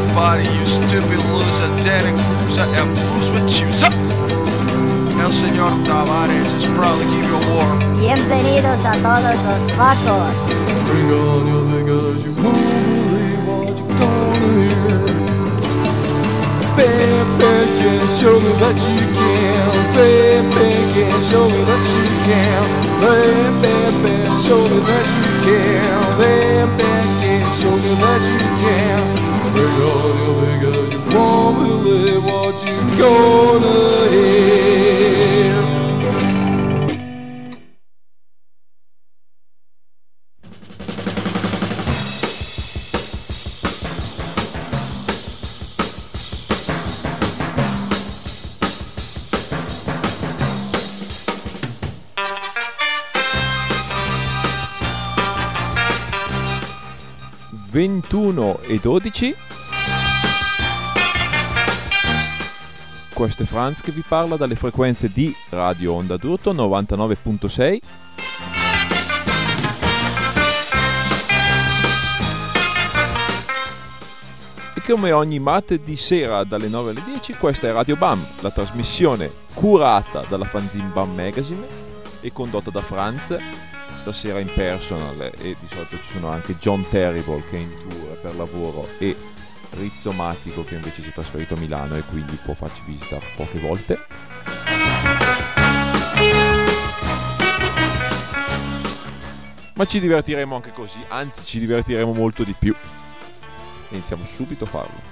body, you stupid loser, Danny Cruiser, and who's with you? El señor Tavares is proud to give you a war. Bienvenidos a todos los facos. Bring on your niggas, you won't believe what you're gonna hear. Bam, bam, can show me that you can. Bam, bam, can show me that you can. Bam, bam, bam, show me that you can. Bam, bam, can show me that you can. Bring on your niggas, you won't believe what you're gonna hear. e 12. Questo è Franz che vi parla dalle frequenze di Radio Onda d'Urto 99.6. E come ogni martedì sera dalle 9 alle 10, questa è Radio BAM, la trasmissione curata dalla fanzine BAM Magazine e condotta da Franz, stasera in personal, e di solito ci sono anche John Terrible che è in tour per lavoro e Rizzo Matico che invece si è trasferito a Milano e quindi può farci visita poche volte. Ma ci divertiremo anche così, anzi ci divertiremo molto di più. Iniziamo subito a farlo.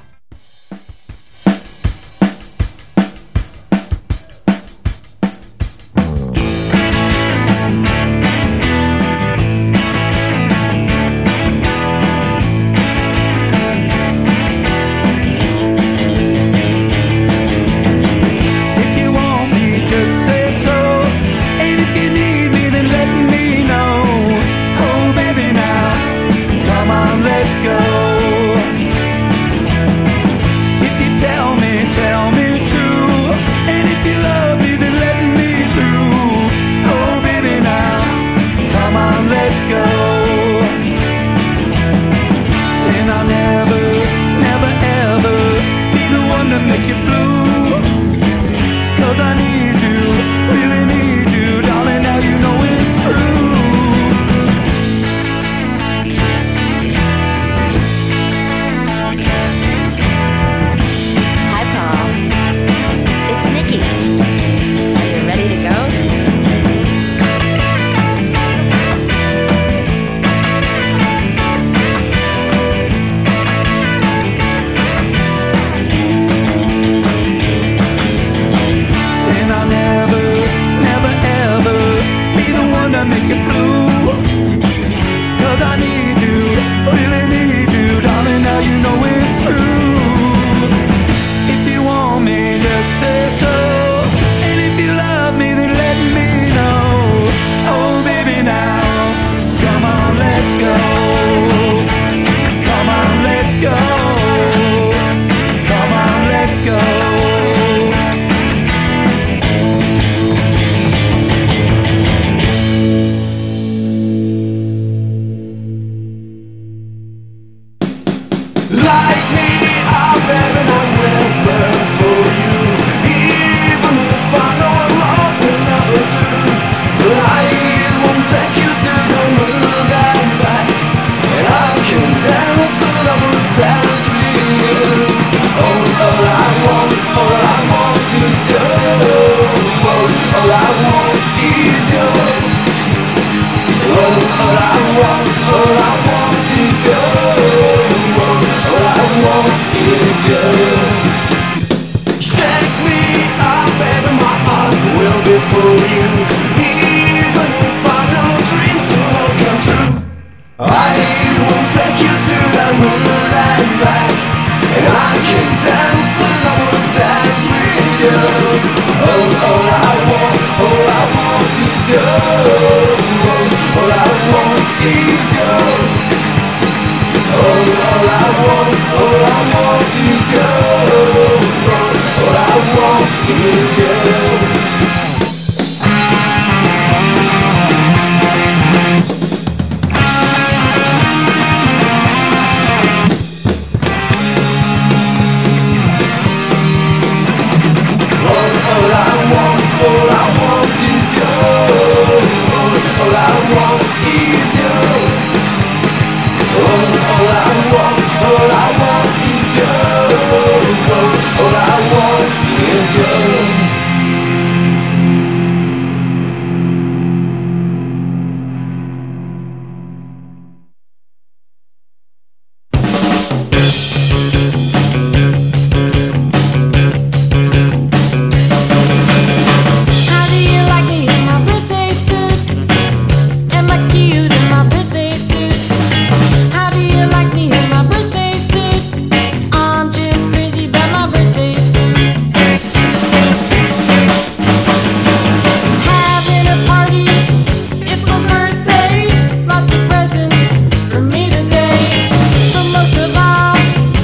Lots of presents for me today, but most of all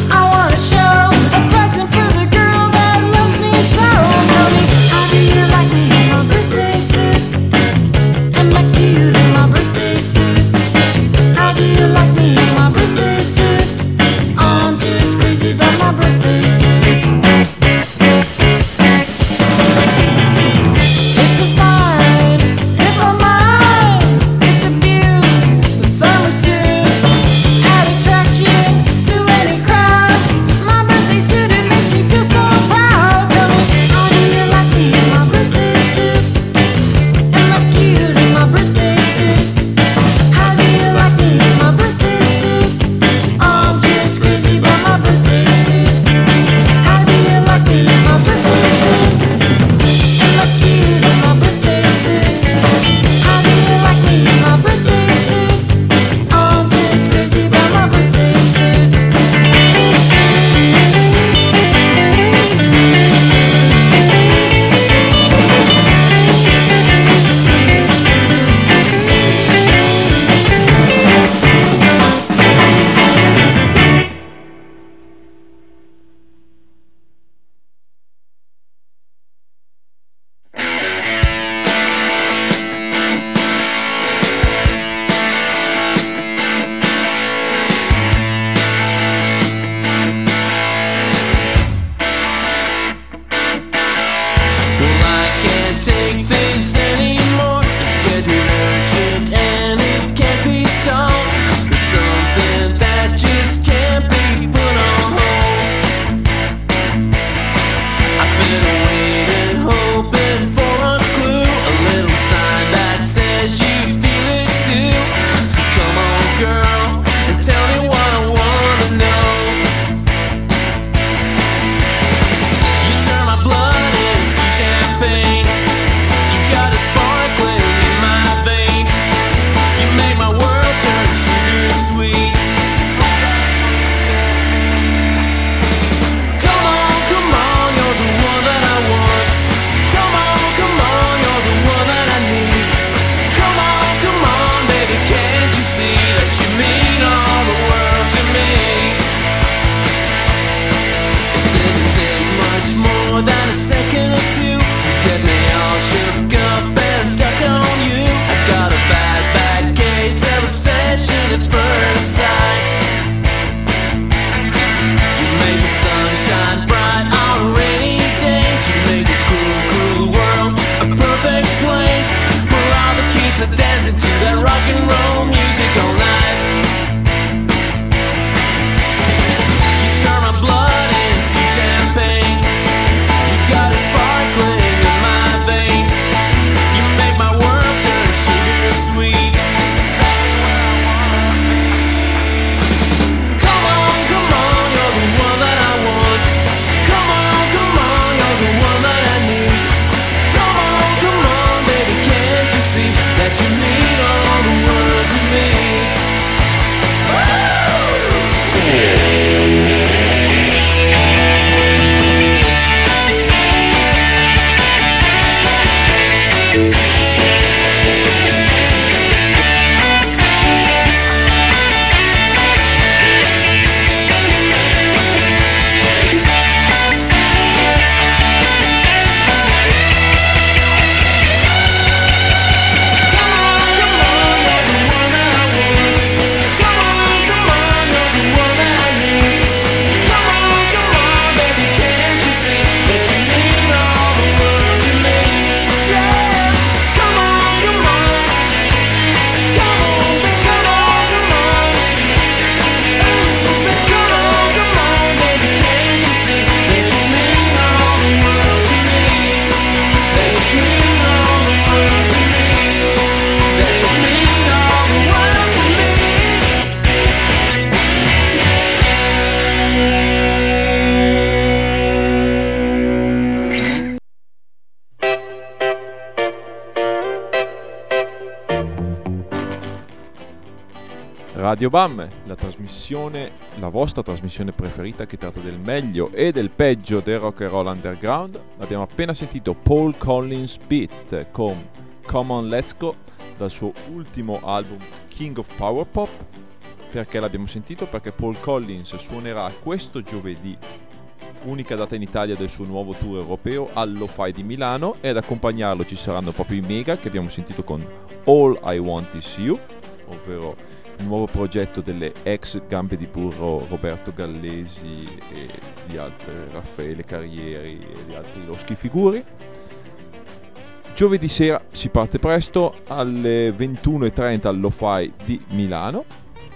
Radio Bam, la vostra trasmissione preferita che tratta del meglio e del peggio del rock and roll underground. Abbiamo appena sentito Paul Collins Beat con Come On Let's Go dal suo ultimo album King of Power Pop. Perché l'abbiamo sentito? Perché Paul Collins suonerà questo giovedì, unica data in Italia del suo nuovo tour europeo, all'O-Fi di Milano, e ad accompagnarlo ci saranno proprio i Mega, che abbiamo sentito con All I Want Is You, ovvero il nuovo progetto delle ex Gambe di Burro Roberto Gallesi e di altri Raffaele Carrieri e di altri loschi figuri. Giovedì sera si parte presto alle 21:30 all'O-Fi di Milano.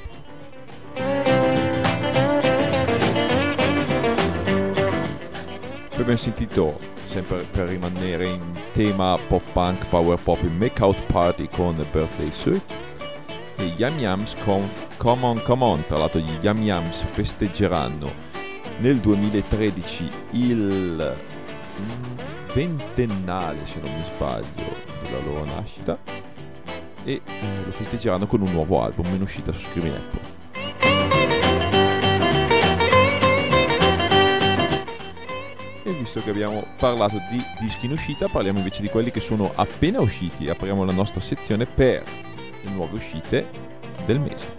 Poi abbiamo sentito, sempre per rimanere in tema pop punk, power pop, il Make Out Party con Birthday Suite. E Yam Yams con Come On Come On. Tra l'altro gli Yam Yams festeggeranno nel 2013 il ventennale, se non mi sbaglio, della loro nascita, e lo festeggeranno con un nuovo album in uscita su Screaming Apple. E visto che abbiamo parlato di dischi in uscita, parliamo invece di quelli che sono appena usciti. Apriamo la nostra sezione per le nuove uscite del mese.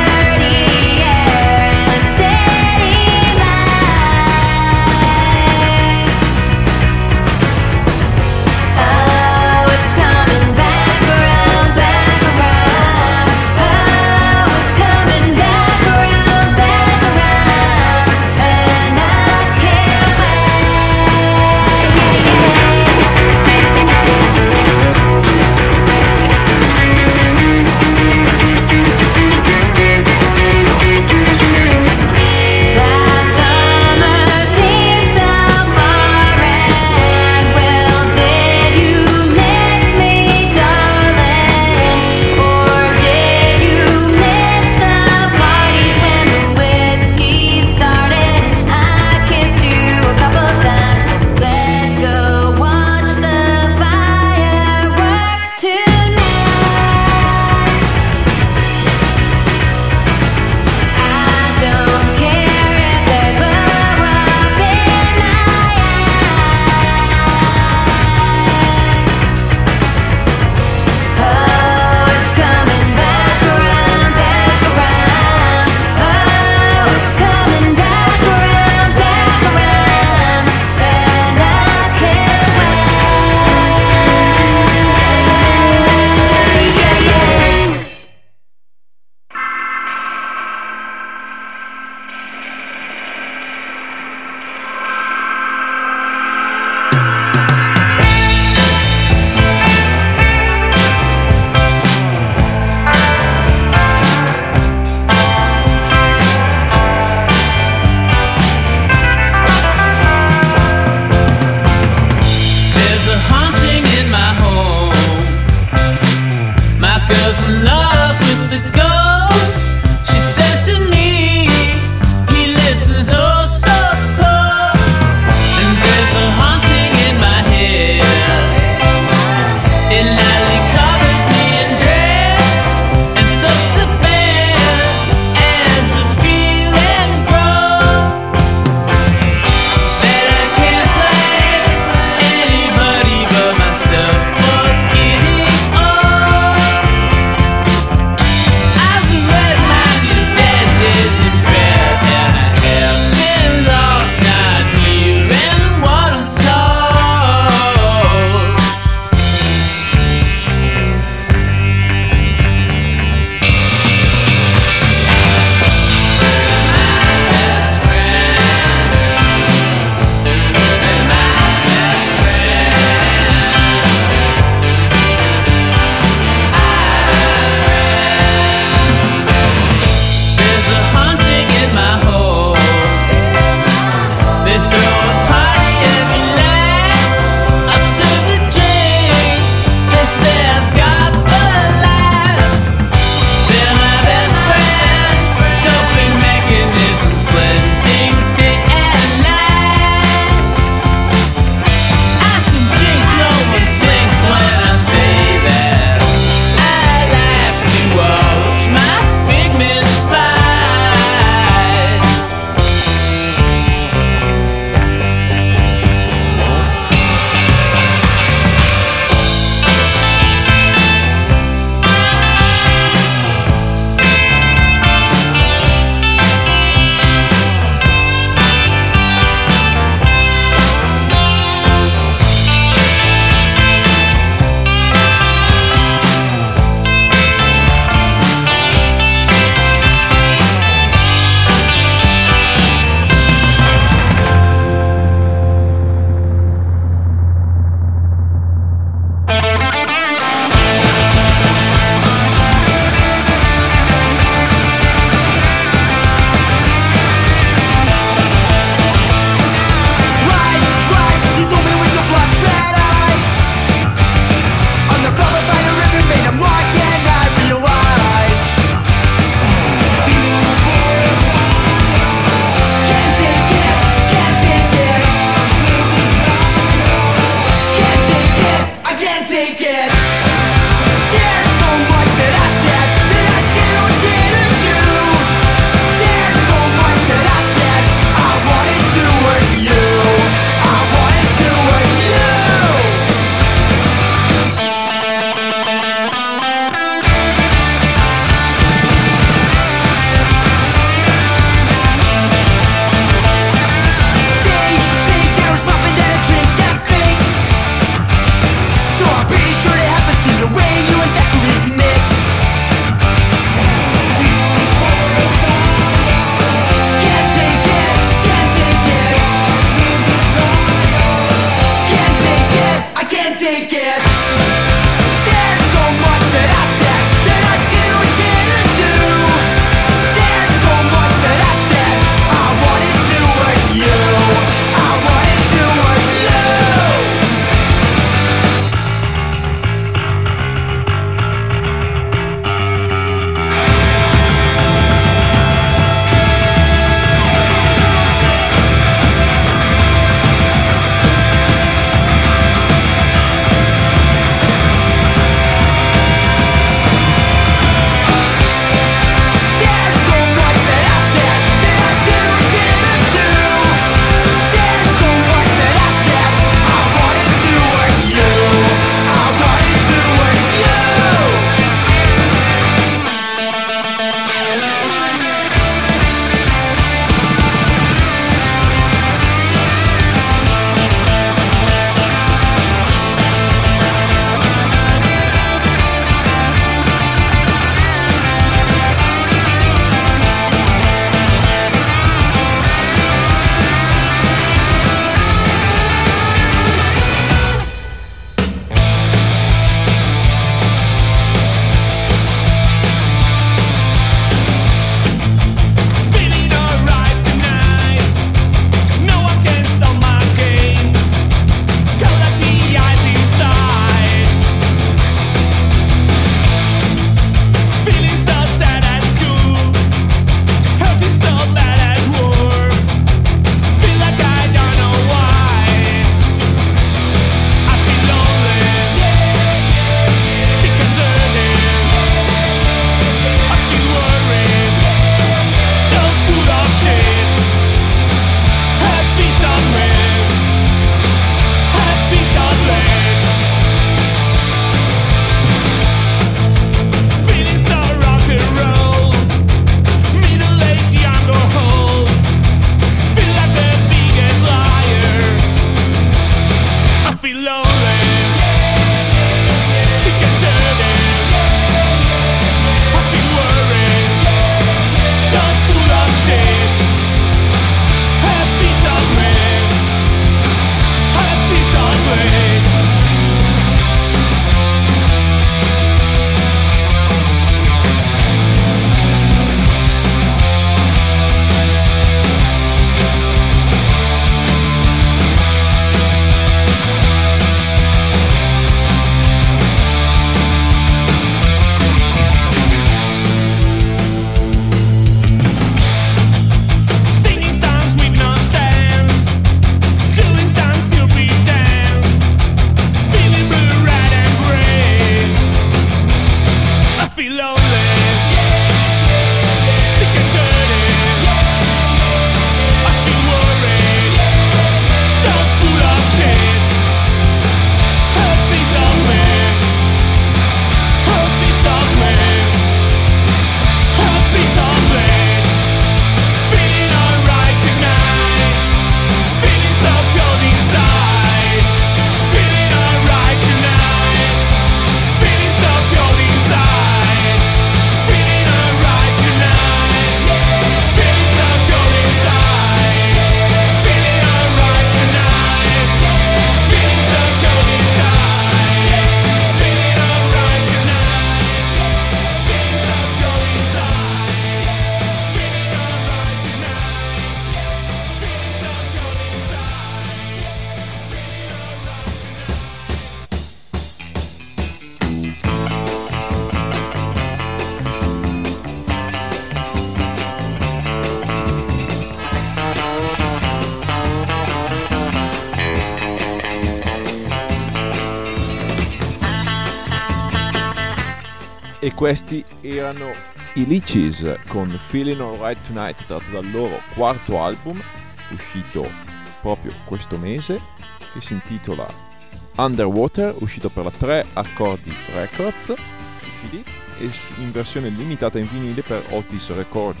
E questi erano i Leeches con Feeling Alright Tonight, tratto dal loro quarto album uscito proprio questo mese, che si intitola Underwater, uscito per la 3 Accordi Records su CD e in versione limitata in vinile per Otis Recording.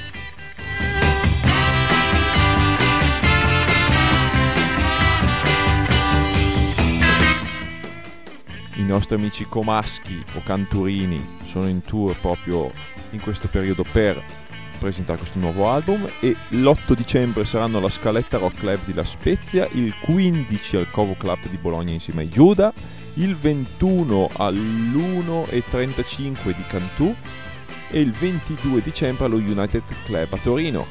I nostri amici comaschi o canturini sono in tour proprio in questo periodo per presentare questo nuovo album, e l'8 dicembre saranno alla Scaletta Rock Club di La Spezia, il 15 al Covo Club di Bologna insieme ai Giuda, il 21 all'1:35 di Cantù e il 22 dicembre allo United Club a Torino.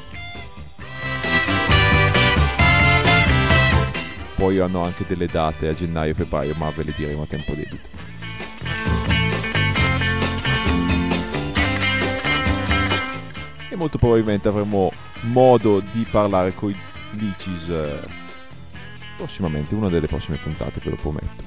Poi hanno anche delle date a gennaio e febbraio, ma ve le diremo a tempo debito. E molto probabilmente avremo modo di parlare con i Leeches prossimamente, una delle prossime puntate, ve lo prometto.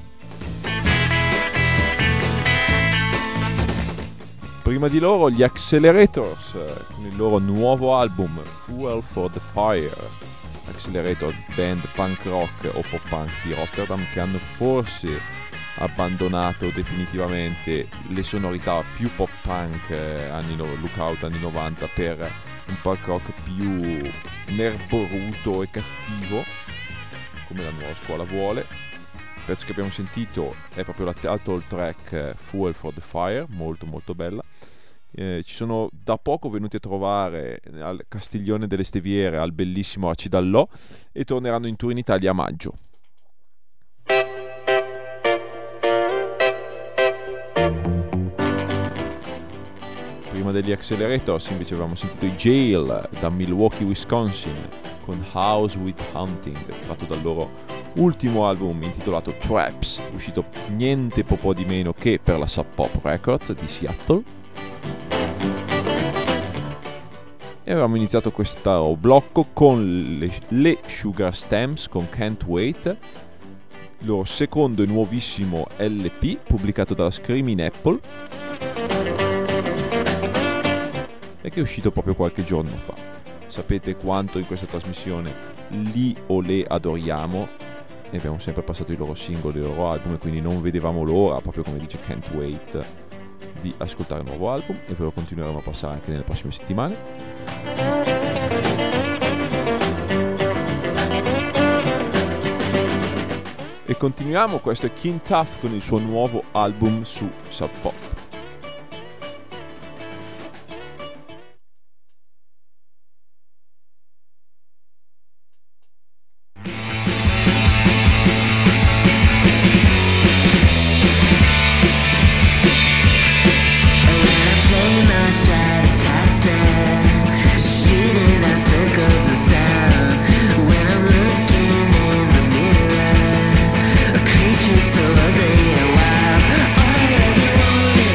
Prima di loro gli Accelerators con il loro nuovo album Fuel for the Fire. Accelerator, band punk rock o pop punk di Rotterdam, che hanno forse abbandonato definitivamente le sonorità più pop punk Lookout anni 90 per un punk rock più nerboruto e cattivo, come la nuova scuola vuole. Il pezzo che abbiamo sentito è proprio la title track Fuel for the Fire, molto molto bella. Ci sono da poco venuti a trovare al Castiglione delle Steviere al bellissimo Acidallò e torneranno in tour in Italia a maggio. Prima degli Accelerators invece avevamo sentito i Jail da Milwaukee, Wisconsin con House with Hunting, tratto dal loro ultimo album intitolato Traps, uscito niente po' di meno che per la Sub Pop Records di Seattle. E avevamo iniziato questo blocco con le Sugar Stamps con Can't Wait, il loro secondo e nuovissimo LP pubblicato dalla Screaming Apple e che è uscito proprio qualche giorno fa. Sapete quanto in questa trasmissione li o le adoriamo e abbiamo sempre passato i loro singoli, i loro album, e quindi non vedevamo l'ora, proprio come dice Can't Wait, di ascoltare il nuovo album, e ve lo continueremo a passare anche nelle prossime settimane. E continuiamo, questo è King Tuff con il suo nuovo album su Sub Pop. So ugly and wild, all I ever wanted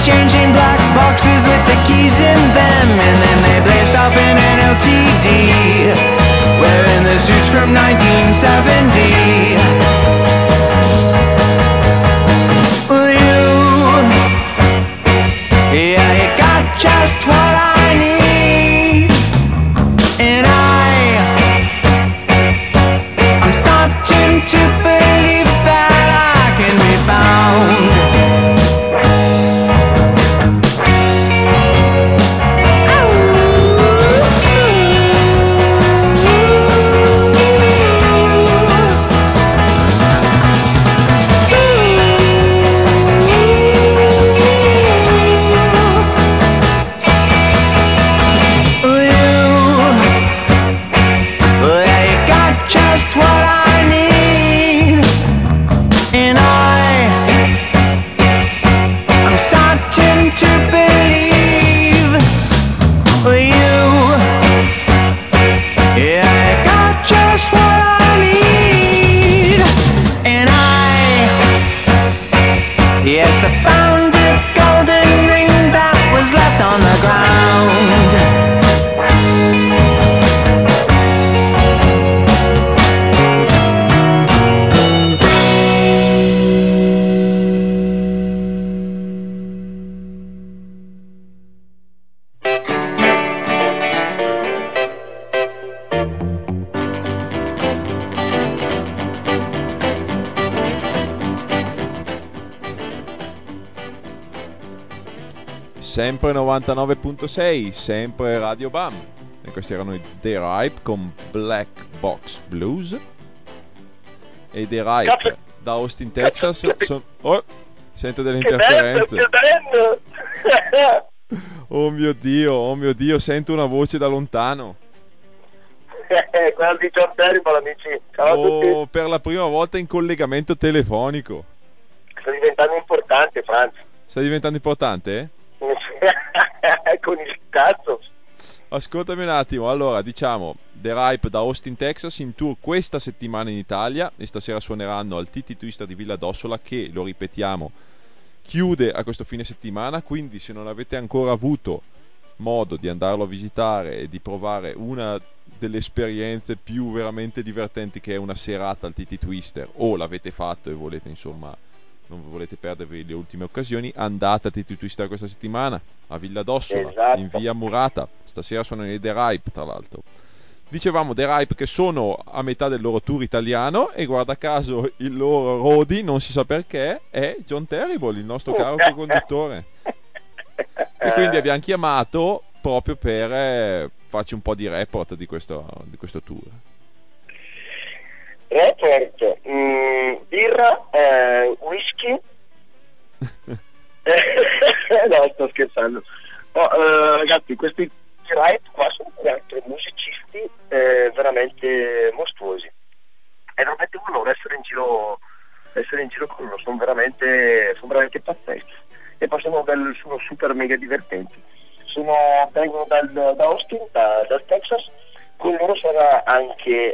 exchanging black boxes with the keys in them, and then they blazed off in an LTD, wearing the suits from 1970. Well, yeah, you got just what I need, and I'm starting to believe that I can be found. Yes, I found a golden ring that was left on the ground. Sempre 99.6, sempre Radio Bam. E questi erano i The Ripe con Black Box Blues. E The Ripe da Austin, Texas. Sento delle interferenze. Oh mio Dio, sento una voce da lontano. Quella di John Terrible, amici. Ciao a tutti. Per la prima volta in collegamento telefonico. Sta diventando importante, Franz. Sta diventando importante? Con il cazzo. Ascoltami un attimo. Allora, diciamo, The Ripe da Austin, Texas, in tour questa settimana in Italia, e stasera suoneranno al TT Twister di Villa d'Ossola, che, lo ripetiamo, chiude a questo fine settimana. Quindi se non avete ancora avuto modo di andarlo a visitare e di provare una delle esperienze più veramente divertenti che è una serata al TT Twister, o l'avete fatto e volete, insomma, non volete perdervi le ultime occasioni, andate a TT Twister questa settimana a Villa d'Ossola, esatto, in via Murata. Stasera sono i The Ripe, tra l'altro. Dicevamo The Ripe che sono a metà del loro tour italiano, e guarda caso il loro roadie, non si sa perché, è John Terrible, il nostro caro co-conduttore, che quindi abbiamo chiamato proprio per farci un po' di report di questo tour. Report, birra, whisky. No, sto scherzando. Ragazzi, questi Ripe qua sono 4 musicisti veramente mostruosi. È veramente un onore essere in giro con loro. Sono veramente pazzeschi. E poi sono super mega divertenti. Vengono da Austin, dal Texas. Con loro sarà anche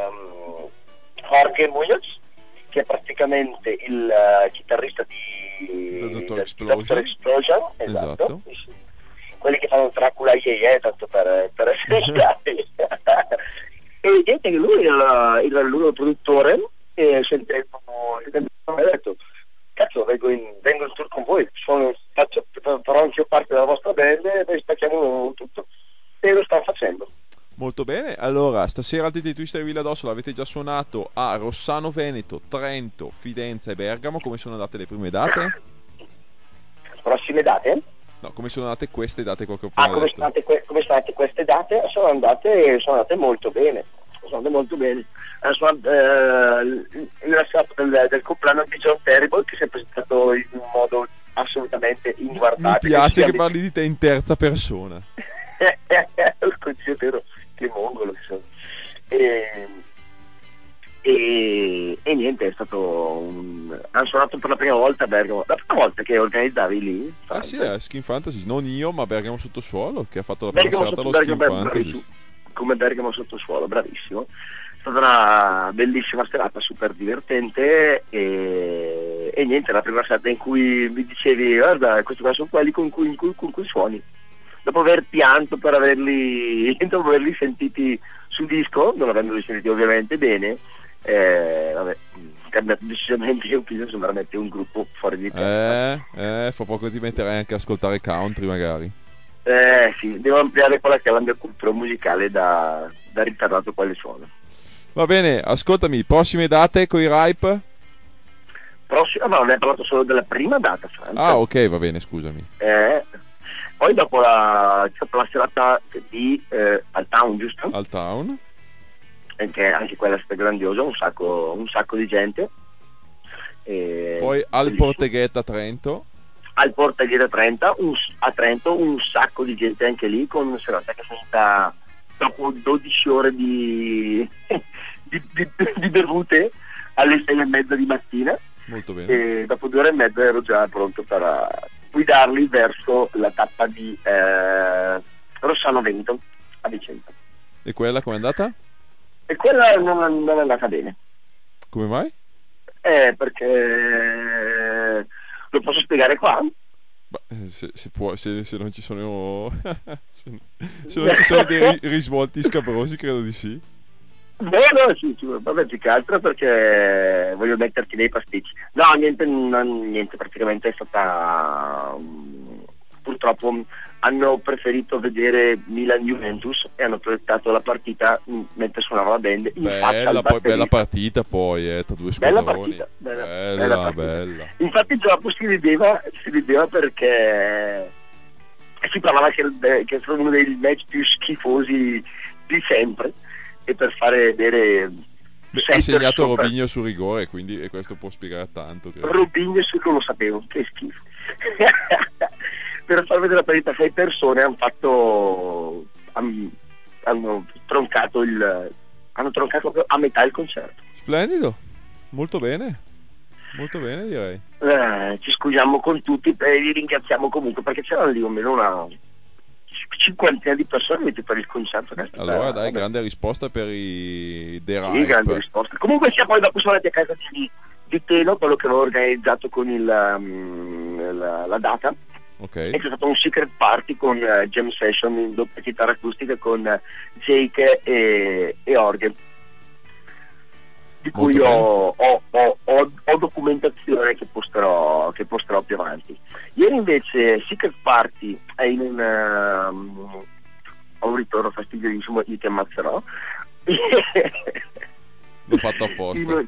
Jorge Muñoz, che è praticamente il chitarrista di Dr. Explosion. Esatto. Sì. Quelli che fanno Dracula tanto per essere chiari. E niente, che lui era il loro produttore, e ha detto: cazzo, vengo in tour con voi, farò anche io parte della vostra band e spacchiamo tutto. E lo stanno facendo. Molto bene. Allora, stasera al TT Twister di Villa d'Ossola avete già suonato a Rossano Veneto, Trento, Fidenza e Bergamo. Come sono andate le prime date? Prossime date? No, come sono andate queste date? Come sono andate queste date? Sono andate molto bene. Nella serata del compleanno di John Terrible, che si è presentato in un modo assolutamente inguardabile. Mi piace che parli di te in terza persona. Il consigliere, che mongolo che sono. E niente, è stato hanno suonato per la prima volta a Bergamo, la prima volta che organizzavi lì. Sì, è Skin Fantasy, non io, ma Bergamo Sottosuolo, che ha fatto la prima serata allo Skin Fantasy. Come Bergamo Sottosuolo, bravissimo. È stata una bellissima serata, super divertente, e E niente, la prima serata in cui mi dicevi guarda, questi qua sono quelli con cui suoni, dopo aver pianto per averli sentiti sul disco, non avendoli sentiti ovviamente bene, vabbè, cambiato decisamente. Io penso sono veramente un gruppo fuori di testa. Fra poco ti metterai anche a ascoltare country magari. Sì, devo ampliare quella che è la mia cultura musicale da ritardato quale suono. Va bene, ascoltami, prossime date con i Ripe? No, ne hai parlato solo della prima data, Franz. Ah, ok, va bene, scusami. Poi dopo la serata di al Town, giusto? Al Town. Anche quella è stata grandiosa, un sacco di gente. Poi al Porteghetto a Trento. Al Porteghetto a Trento un sacco di gente anche lì, con una serata che è finita dopo 12 ore di bevute alle 6:30 di mattina. Molto bene. E dopo 2 ore e mezza ero già pronto per guidarli verso la tappa di Rossano Veneto a Vicenza. E quella com'è andata? E quella non è andata bene. Come mai? Perché lo posso spiegare qua? Se non ci sono se non ci sono dei risvolti scabrosi, credo di sì. No, sì, vabbè, più che altro perché voglio metterti dei pasticci. No, niente, praticamente è stata purtroppo hanno preferito vedere Milan-Juventus e hanno proiettato la partita mentre suonava la band in faccia al batterista. Bella partita poi, tra due squadroni. Bella partita. Infatti dopo si rideva perché si parlava che è stato uno dei match più schifosi di sempre, e per fare vedere ha segnato Robinho su rigore, e questo può spiegare tanto, credo. Robinho non lo sapevo, che schifo. Per far vedere la partita 6 persone hanno troncato a metà il concerto. Splendido, molto bene direi. Ci scusiamo con tutti e li ringraziamo comunque, perché c'erano lì almeno una 50 di persone per il concerto. Allora dai, grande risposta per i The Ripe. Sì, grande risposta. Comunque poi dopo sono andati a casa di Telo, quello che avevo organizzato con la data. Okay. E c'è stato un secret party con jam session in doppia chitarra acustica con Jake e Orgel, di cui ho documentazione che posterò più avanti. Ieri invece secret party è in ho un ritorno fastidiosissimo, io ti ammazzerò. L'ho fatto apposta.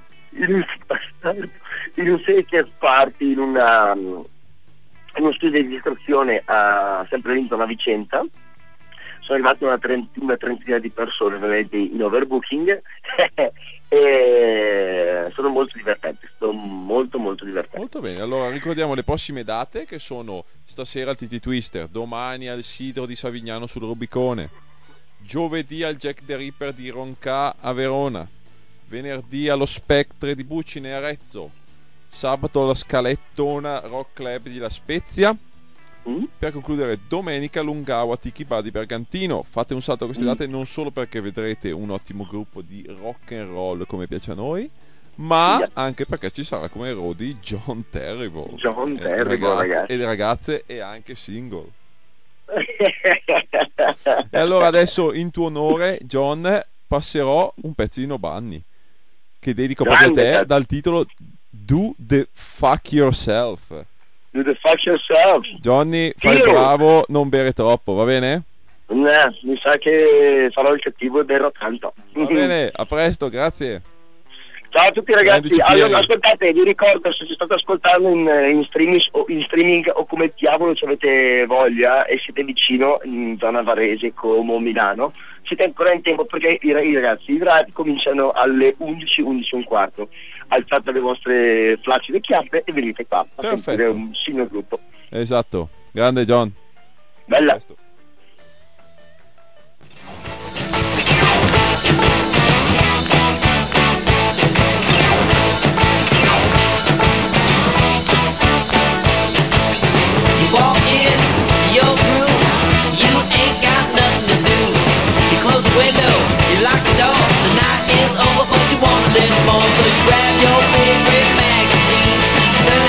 in un secret party in uno studio di registrazione sempre intorno a Vicenza. Sono arrivate una trentina di persone, ovviamente in overbooking, e sono molto divertenti, molto divertenti. Molto bene, allora ricordiamo le prossime date, che sono stasera al TT Twister, domani al Sidro di Savignano sul Rubicone, giovedì al Jack the Ripper di Ronca a Verona, venerdì allo Spectre di Bucine a Arezzo, sabato alla Scalettona Rock Club di La Spezia, per concludere domenica Lungao a Tiki Bar di Bergantino. Fate un salto a queste date non solo perché vedrete un ottimo gruppo di rock and roll come piace a noi, ma anche perché ci sarà come roadie John Terrible, ragazzi. E le ragazze, e anche single. E allora adesso in tuo onore, John, passerò un pezzo di No Bunny che dedico proprio a te, dal titolo Do the Fuck Yourself. Do the fuck yourself. Johnny, fai il bravo, non bere troppo, va bene? Mi sa che farò il cattivo e berrò tanto. Va bene, a presto, grazie. Ciao a tutti ragazzi. Allora, ascoltate, vi ricordo, se ci state ascoltando in streaming o come diavolo ci avete voglia e siete vicino in zona Varese, Como, Milano, siete ancora in tempo, perché i ragazzi i drive cominciano alle 11:15. Alzate le vostre flaccide chiappe e venite qua a sentire un signor gruppo. Esatto, grande John. Bella. Walk into your room, you ain't got nothing to do. You close the window, you lock the door. The night is over, but you want a little more, so you grab your favorite magazine, turn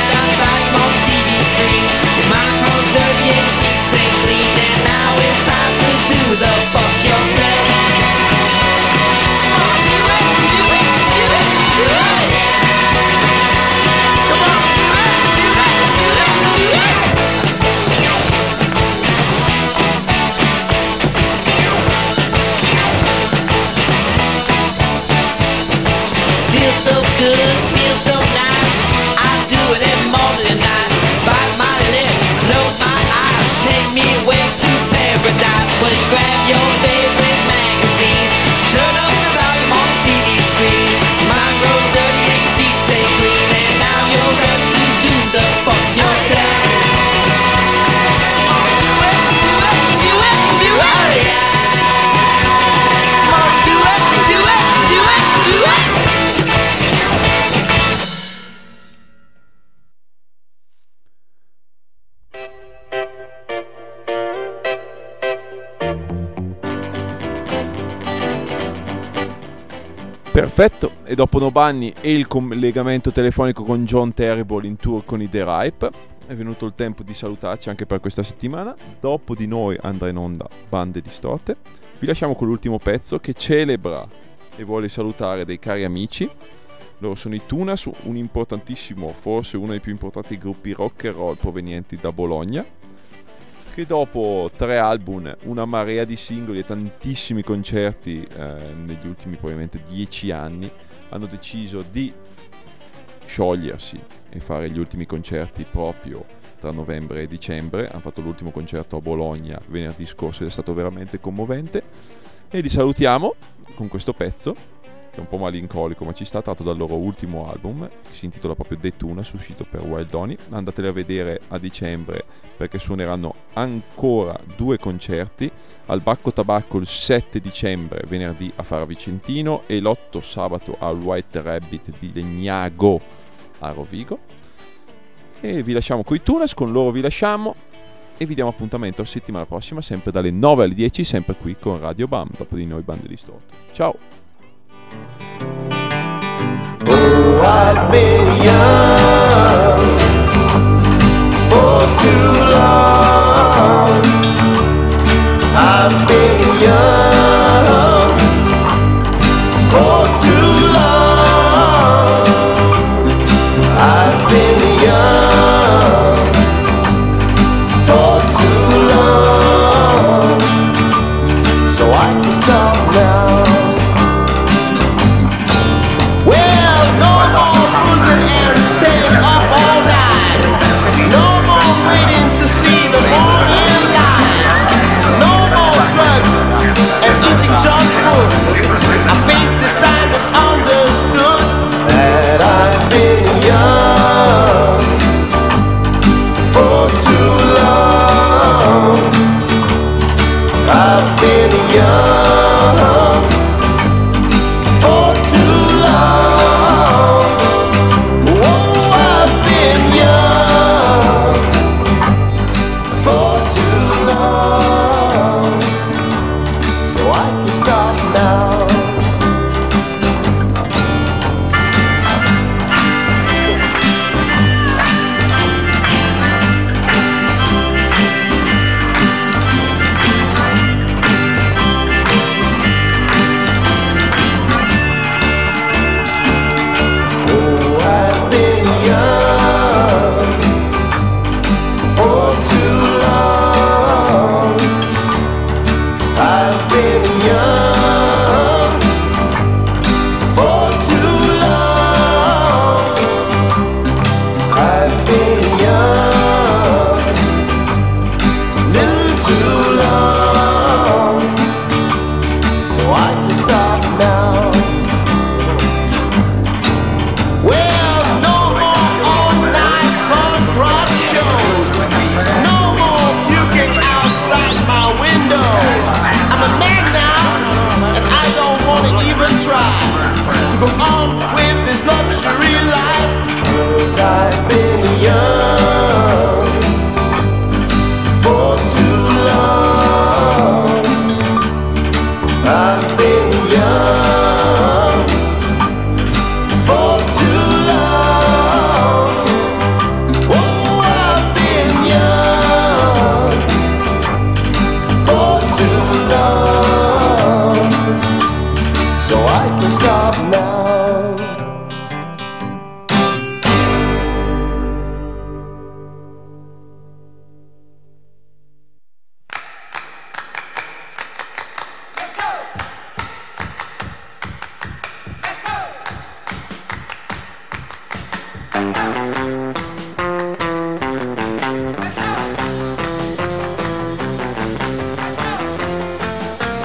Perfetto, e dopo Nobani e il collegamento telefonico con John Terrible in tour con i The Ripe, è venuto il tempo di salutarci anche per questa settimana. Dopo di noi andrà in onda Bande Distorte. Vi lasciamo con l'ultimo pezzo che celebra e vuole salutare dei cari amici. Loro sono i Tunas, un importantissimo, forse uno dei più importanti gruppi rock and roll provenienti da Bologna, che dopo 3 album, una marea di singoli e tantissimi concerti negli ultimi probabilmente 10 anni, hanno deciso di sciogliersi e fare gli ultimi concerti proprio tra novembre e dicembre. Hanno fatto l'ultimo concerto a Bologna venerdì scorso ed è stato veramente commovente, e li salutiamo con questo pezzo che è un po' malinconico ma ci sta, tratto dal loro ultimo album che si intitola proprio The Tunas, uscito per Wild Donny. Andateli a vedere a dicembre perché suoneranno ancora 2 concerti al Bacco Tabacco il 7 dicembre, venerdì a Fara Vicentino, e l'8 sabato al White Rabbit di Legnago a Rovigo. E vi lasciamo coi Tunas, con loro vi lasciamo e vi diamo appuntamento la settimana prossima, sempre dalle 9 alle 10, sempre qui con Radio Bam. Dopo di noi Bande Distorte. Ciao! Oh, I've been young for too long. I've been young for too long. I've been young for too long. So I can stop now. And staying up all night. No more waiting to see the morning light. No more drugs and eating junk food. I think the Simons understood that I've been young for too long. I've been young for too long. Try to go on with this luxury life, 'cause I've been young for too long. I've been young for too long. Oh, I've been young for too long. So I can stop now. Let's go!